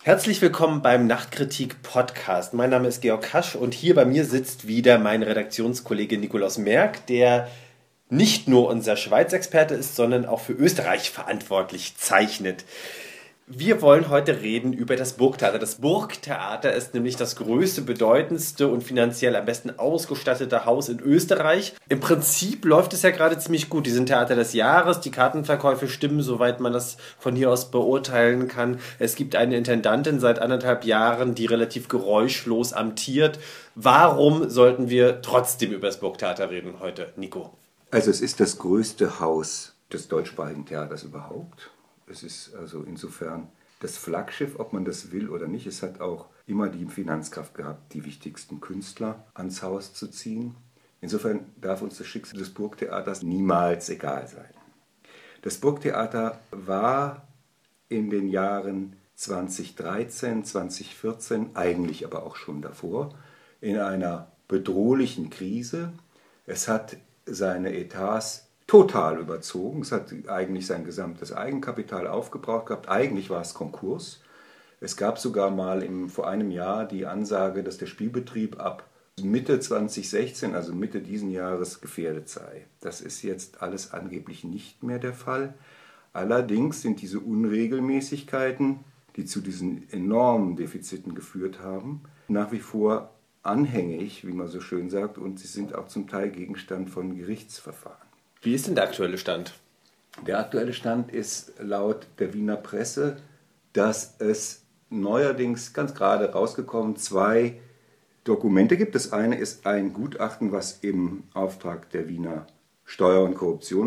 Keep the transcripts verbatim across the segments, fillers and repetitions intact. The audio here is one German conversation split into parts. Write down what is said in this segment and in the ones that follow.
Herzlich willkommen beim Nachtkritik-Podcast. Mein Name ist Georg Kasch und hier bei mir sitzt wieder mein Redaktionskollege Nikolaus Merck, der nicht nur unser Schweiz-Experte ist, sondern auch für Österreich verantwortlich zeichnet. Wir wollen heute reden über das Burgtheater. Das Burgtheater ist nämlich das größte, bedeutendste und finanziell am besten ausgestattete Haus in Österreich. Im Prinzip läuft es ja gerade ziemlich gut. Die sind Theater des Jahres, die Kartenverkäufe stimmen, soweit man das von hier aus beurteilen kann. Es gibt eine Intendantin seit anderthalb Jahren, die relativ geräuschlos amtiert. Warum sollten wir trotzdem über das Burgtheater reden heute, Nico? Also es ist das größte Haus des deutschsprachigen Theaters überhaupt. Es ist also insofern das Flaggschiff, ob man das will oder nicht. Es hat auch immer die Finanzkraft gehabt, die wichtigsten Künstler ans Haus zu ziehen. Insofern darf uns das Schicksal des Burgtheaters niemals egal sein. Das Burgtheater war in den Jahren zweitausenddreizehn, zweitausendvierzehn, eigentlich aber auch schon davor, in einer bedrohlichen Krise. Es hat seine Etats total überzogen. Es hat eigentlich sein gesamtes Eigenkapital aufgebraucht gehabt. Eigentlich war es Konkurs. Es gab sogar mal im, vor einem Jahr die Ansage, dass der Spielbetrieb ab Mitte zweitausendsechzehn, also Mitte diesen Jahres, gefährdet sei. Das ist jetzt alles angeblich nicht mehr der Fall. Allerdings sind diese Unregelmäßigkeiten, die zu diesen enormen Defiziten geführt haben, nach wie vor anhängig, wie man so schön sagt, und sie sind auch zum Teil Gegenstand von Gerichtsverfahren. Wie ist denn der aktuelle Stand? Der aktuelle Stand ist laut der Wiener Presse, dass es neuerdings ganz gerade rausgekommen zwei Dokumente gibt. Das eine ist ein Gutachten, was im Auftrag der Wiener Steuer- und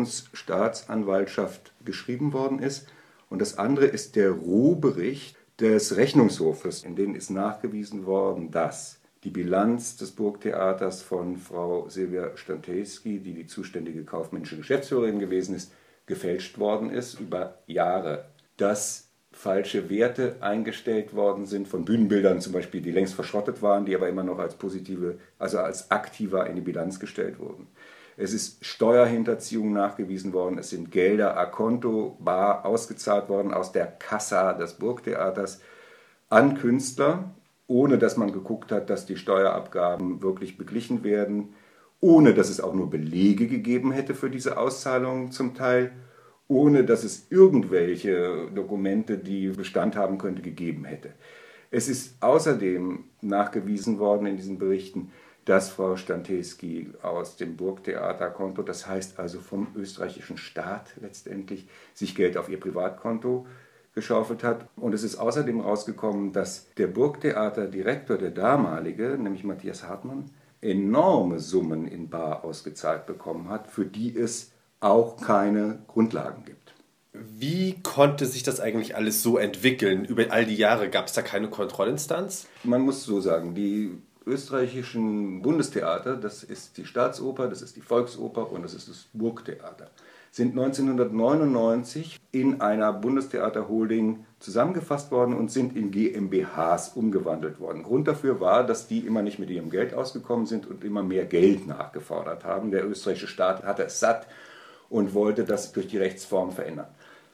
Korruptionsstaatsanwaltschaft geschrieben worden ist. Und das andere ist der Rohbericht des Rechnungshofes, in dem ist nachgewiesen worden, dass die Bilanz des Burgtheaters von Frau Silvia Stantejski, die die zuständige kaufmännische Geschäftsführerin gewesen ist, gefälscht worden ist über Jahre. Dass falsche Werte eingestellt worden sind von Bühnenbildern zum Beispiel, die längst verschrottet waren, die aber immer noch als positive, also als aktiver in die Bilanz gestellt wurden. Es ist Steuerhinterziehung nachgewiesen worden, es sind Gelder a conto bar ausgezahlt worden aus der Kassa des Burgtheaters an Künstler, ohne dass man geguckt hat, dass die Steuerabgaben wirklich beglichen werden, ohne dass es auch nur Belege gegeben hätte für diese Auszahlungen zum Teil, ohne dass es irgendwelche Dokumente, die Bestand haben könnte, gegeben hätte. Es ist außerdem nachgewiesen worden in diesen Berichten, dass Frau Stantejski aus dem Burgtheaterkonto, das heißt also vom österreichischen Staat letztendlich, sich Geld auf ihr Privatkonto geschaufelt hat. Und es ist außerdem rausgekommen, dass der Burgtheaterdirektor, der damalige, nämlich Matthias Hartmann, enorme Summen in bar ausgezahlt bekommen hat, für die es auch keine Grundlagen gibt. Wie konnte sich das eigentlich alles so entwickeln? Über all die Jahre gab es da keine Kontrollinstanz? Man muss so sagen, die österreichischen Bundestheater, das ist die Staatsoper, das ist die Volksoper und das ist das Burgtheater, sind neunzehnhundertneunundneunzig in einer Bundestheater-Holding zusammengefasst worden und sind in G m b Hs umgewandelt worden. Grund dafür war, dass die immer nicht mit ihrem Geld ausgekommen sind und immer mehr Geld nachgefordert haben. Der österreichische Staat hatte es satt und wollte das durch die Rechtsform verändern.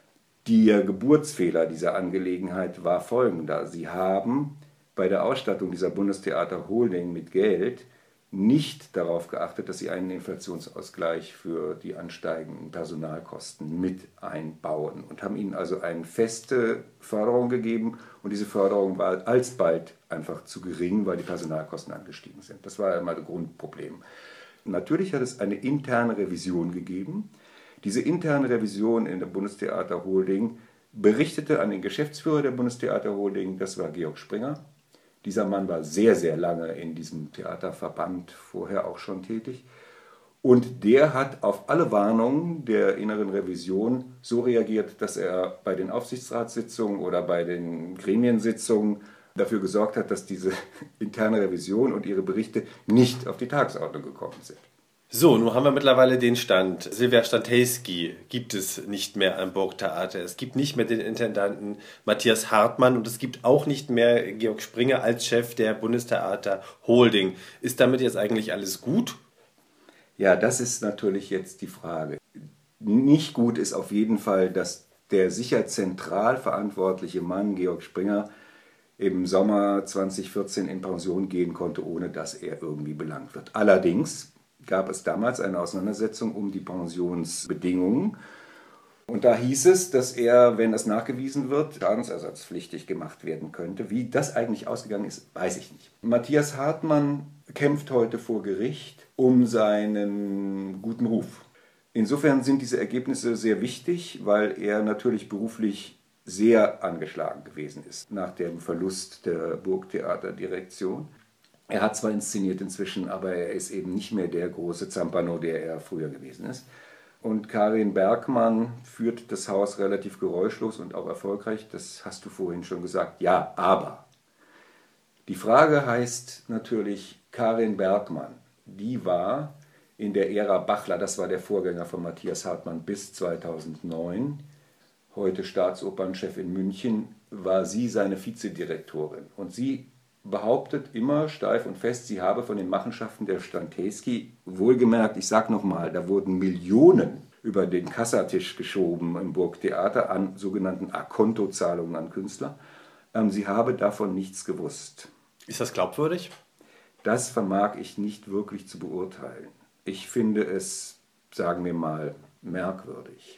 Der Geburtsfehler dieser Angelegenheit war folgender. Sie haben bei der Ausstattung dieser Bundestheater-Holding mit Geld nicht darauf geachtet, dass sie einen Inflationsausgleich für die ansteigenden Personalkosten mit einbauen und haben ihnen also eine feste Förderung gegeben und diese Förderung war alsbald einfach zu gering, weil die Personalkosten angestiegen sind. Das war einmal das Grundproblem. Natürlich hat es eine interne Revision gegeben. Diese interne Revision in der Bundestheater Holding berichtete an den Geschäftsführer der Bundestheater Holding, das war Georg Springer. Dieser Mann war sehr, sehr lange in diesem Theaterverband vorher auch schon tätig. Und der hat auf alle Warnungen der inneren Revision so reagiert, dass er bei den Aufsichtsratssitzungen oder bei den Gremiensitzungen dafür gesorgt hat, dass diese interne Revision und ihre Berichte nicht auf die Tagesordnung gekommen sind. So, nun haben wir mittlerweile den Stand. Silvia Stantejski gibt es nicht mehr am Burgtheater. Es gibt nicht mehr den Intendanten Matthias Hartmann und es gibt auch nicht mehr Georg Springer als Chef der Bundestheater Holding. Ist damit jetzt eigentlich alles gut? Ja, das ist natürlich jetzt die Frage. Nicht gut ist auf jeden Fall, dass der sicher zentral verantwortliche Mann, Georg Springer, im Sommer zweitausendvierzehn in Pension gehen konnte, ohne dass er irgendwie belangt wird. Allerdings gab es damals eine Auseinandersetzung um die Pensionsbedingungen. Und da hieß es, dass er, wenn das nachgewiesen wird, schadensersatzpflichtig gemacht werden könnte. Wie das eigentlich ausgegangen ist, weiß ich nicht. Matthias Hartmann kämpft heute vor Gericht um seinen guten Ruf. Insofern sind diese Ergebnisse sehr wichtig, weil er natürlich beruflich sehr angeschlagen gewesen ist nach dem Verlust der Burgtheaterdirektion. Er hat zwar inszeniert inzwischen, aber er ist eben nicht mehr der große Zampano, der er früher gewesen ist. Und Karin Bergmann führt das Haus relativ geräuschlos und auch erfolgreich. Das hast du vorhin schon gesagt. Ja, aber. Die Frage heißt natürlich, Karin Bergmann, die war in der Ära Bachler, das war der Vorgänger von Matthias Hartmann bis zweitausendneun, heute Staatsobernchef in München, war sie seine Vizedirektorin. Und sie behauptet immer steif und fest, sie habe von den Machenschaften der Stantesky, wohlgemerkt, ich sage nochmal, da wurden Millionen über den Kassatisch geschoben im Burgtheater an sogenannten A-Konto-Zahlungen an Künstler. Sie habe davon nichts gewusst. Ist das glaubwürdig? Das vermag ich nicht wirklich zu beurteilen. Ich finde es, sagen wir mal, merkwürdig.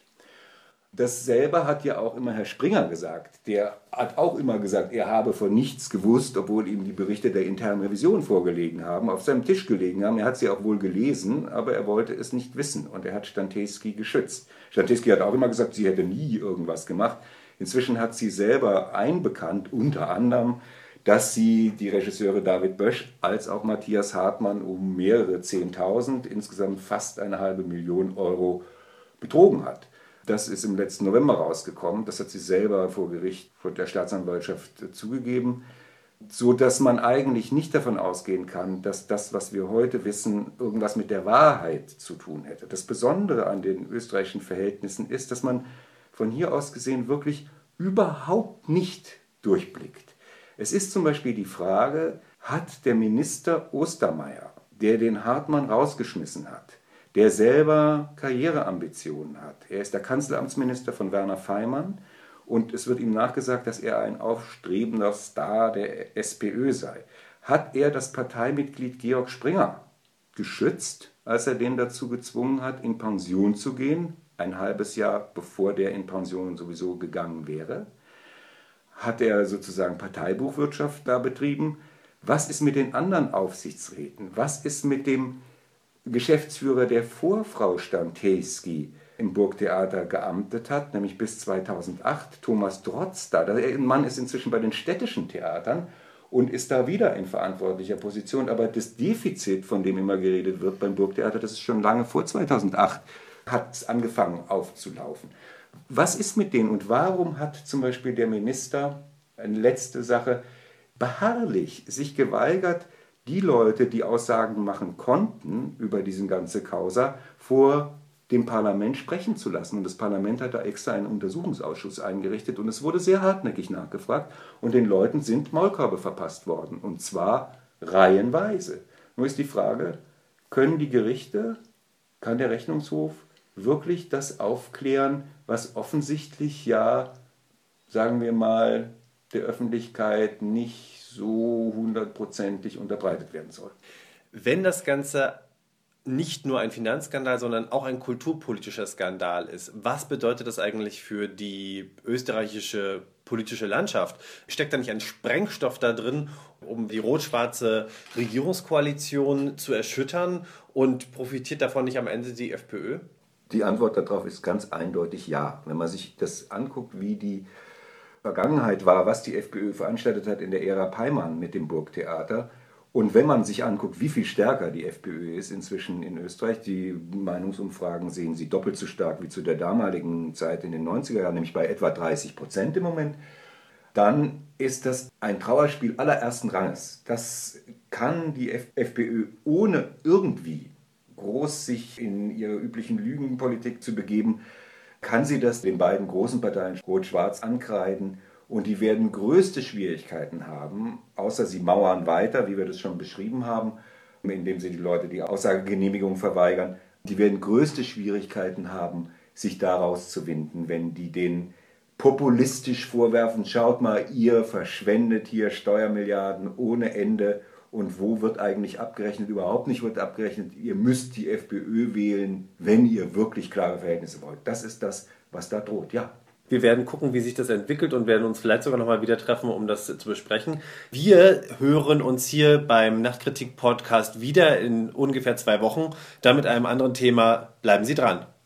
Dasselbe hat ja auch immer Herr Springer gesagt. Der hat auch immer gesagt, er habe von nichts gewusst, obwohl ihm die Berichte der internen Revision vorgelegen haben, auf seinem Tisch gelegen haben. Er hat sie auch wohl gelesen, aber er wollte es nicht wissen und er hat Stantesky geschützt. Stantesky hat auch immer gesagt, sie hätte nie irgendwas gemacht. Inzwischen hat sie selber einbekannt, unter anderem, dass sie die Regisseure David Bösch als auch Matthias Hartmann um mehrere Zehntausend, insgesamt fast eine halbe Million Euro betrogen hat. Das ist im letzten November rausgekommen. Das hat sie selber vor Gericht, vor der Staatsanwaltschaft zugegeben, sodass man eigentlich nicht davon ausgehen kann, dass das, was wir heute wissen, irgendwas mit der Wahrheit zu tun hätte. Das Besondere an den österreichischen Verhältnissen ist, dass man von hier aus gesehen wirklich überhaupt nicht durchblickt. Es ist zum Beispiel die Frage, hat der Minister Ostermayr, der den Hartmann rausgeschmissen hat, der selber Karriereambitionen hat. Er ist der Kanzleramtsminister von Werner Faymann und es wird ihm nachgesagt, dass er ein aufstrebender Star der SPÖ sei. Hat er das Parteimitglied Georg Springer geschützt, als er den dazu gezwungen hat, in Pension zu gehen, ein halbes Jahr bevor der in Pension sowieso gegangen wäre? Hat er sozusagen Parteibuchwirtschaft da betrieben? Was ist mit den anderen Aufsichtsräten? Was ist mit dem Geschäftsführer, der vor Frau Stantesky im Burgtheater geamtet hat, nämlich bis zweitausendacht, Thomas Drotzda? Der Mann ist inzwischen bei den städtischen Theatern und ist da wieder in verantwortlicher Position. Aber das Defizit, von dem immer geredet wird beim Burgtheater, das ist schon lange vor zweitausendacht, hat angefangen aufzulaufen. Was ist mit denen und warum hat zum Beispiel der Minister, eine letzte Sache, beharrlich sich geweigert, die Leute, die Aussagen machen konnten über diese ganze Causa, vor dem Parlament sprechen zu lassen? Und das Parlament hat da extra einen Untersuchungsausschuss eingerichtet und es wurde sehr hartnäckig nachgefragt und den Leuten sind Maulkorbe verpasst worden und zwar reihenweise. Nur ist die Frage, können die Gerichte, kann der Rechnungshof wirklich das aufklären, was offensichtlich ja, sagen wir mal, der Öffentlichkeit nicht so hundertprozentig unterbreitet werden soll. Wenn das Ganze nicht nur ein Finanzskandal, sondern auch ein kulturpolitischer Skandal ist, was bedeutet das eigentlich für die österreichische politische Landschaft? Steckt da nicht ein Sprengstoff da drin, um die rot-schwarze Regierungskoalition zu erschüttern und profitiert davon nicht am Ende die FPÖ? Die Antwort darauf ist ganz eindeutig ja. Wenn man sich das anguckt, wie die Vergangenheit war, was die FPÖ veranstaltet hat in der Ära Peimann mit dem Burgtheater. Und wenn man sich anguckt, wie viel stärker die FPÖ ist inzwischen in Österreich, die Meinungsumfragen sehen sie doppelt so stark wie zu der damaligen Zeit in den neunziger Jahren, nämlich bei etwa dreißig Prozent im Moment, dann ist das ein Trauerspiel allerersten Ranges. Das kann die FPÖ ohne irgendwie groß sich in ihre üblichen Lügenpolitik zu begeben, kann sie das den beiden großen Parteien Rot-Schwarz ankreiden und die werden größte Schwierigkeiten haben, außer sie mauern weiter, wie wir das schon beschrieben haben, indem sie die Leute die Aussagegenehmigung verweigern. Die werden größte Schwierigkeiten haben, sich daraus zu winden, wenn die den populistisch vorwerfen, schaut mal, ihr verschwendet hier Steuermilliarden ohne Ende und wo wird eigentlich abgerechnet? Überhaupt nicht wird abgerechnet. Ihr müsst die FPÖ wählen, wenn ihr wirklich klare Verhältnisse wollt. Das ist das, was da droht, ja. Wir werden gucken, wie sich das entwickelt und werden uns vielleicht sogar nochmal wieder treffen, um das zu besprechen. Wir hören uns hier beim Nachtkritik-Podcast wieder in ungefähr zwei Wochen, dann mit einem anderen Thema. Bleiben Sie dran.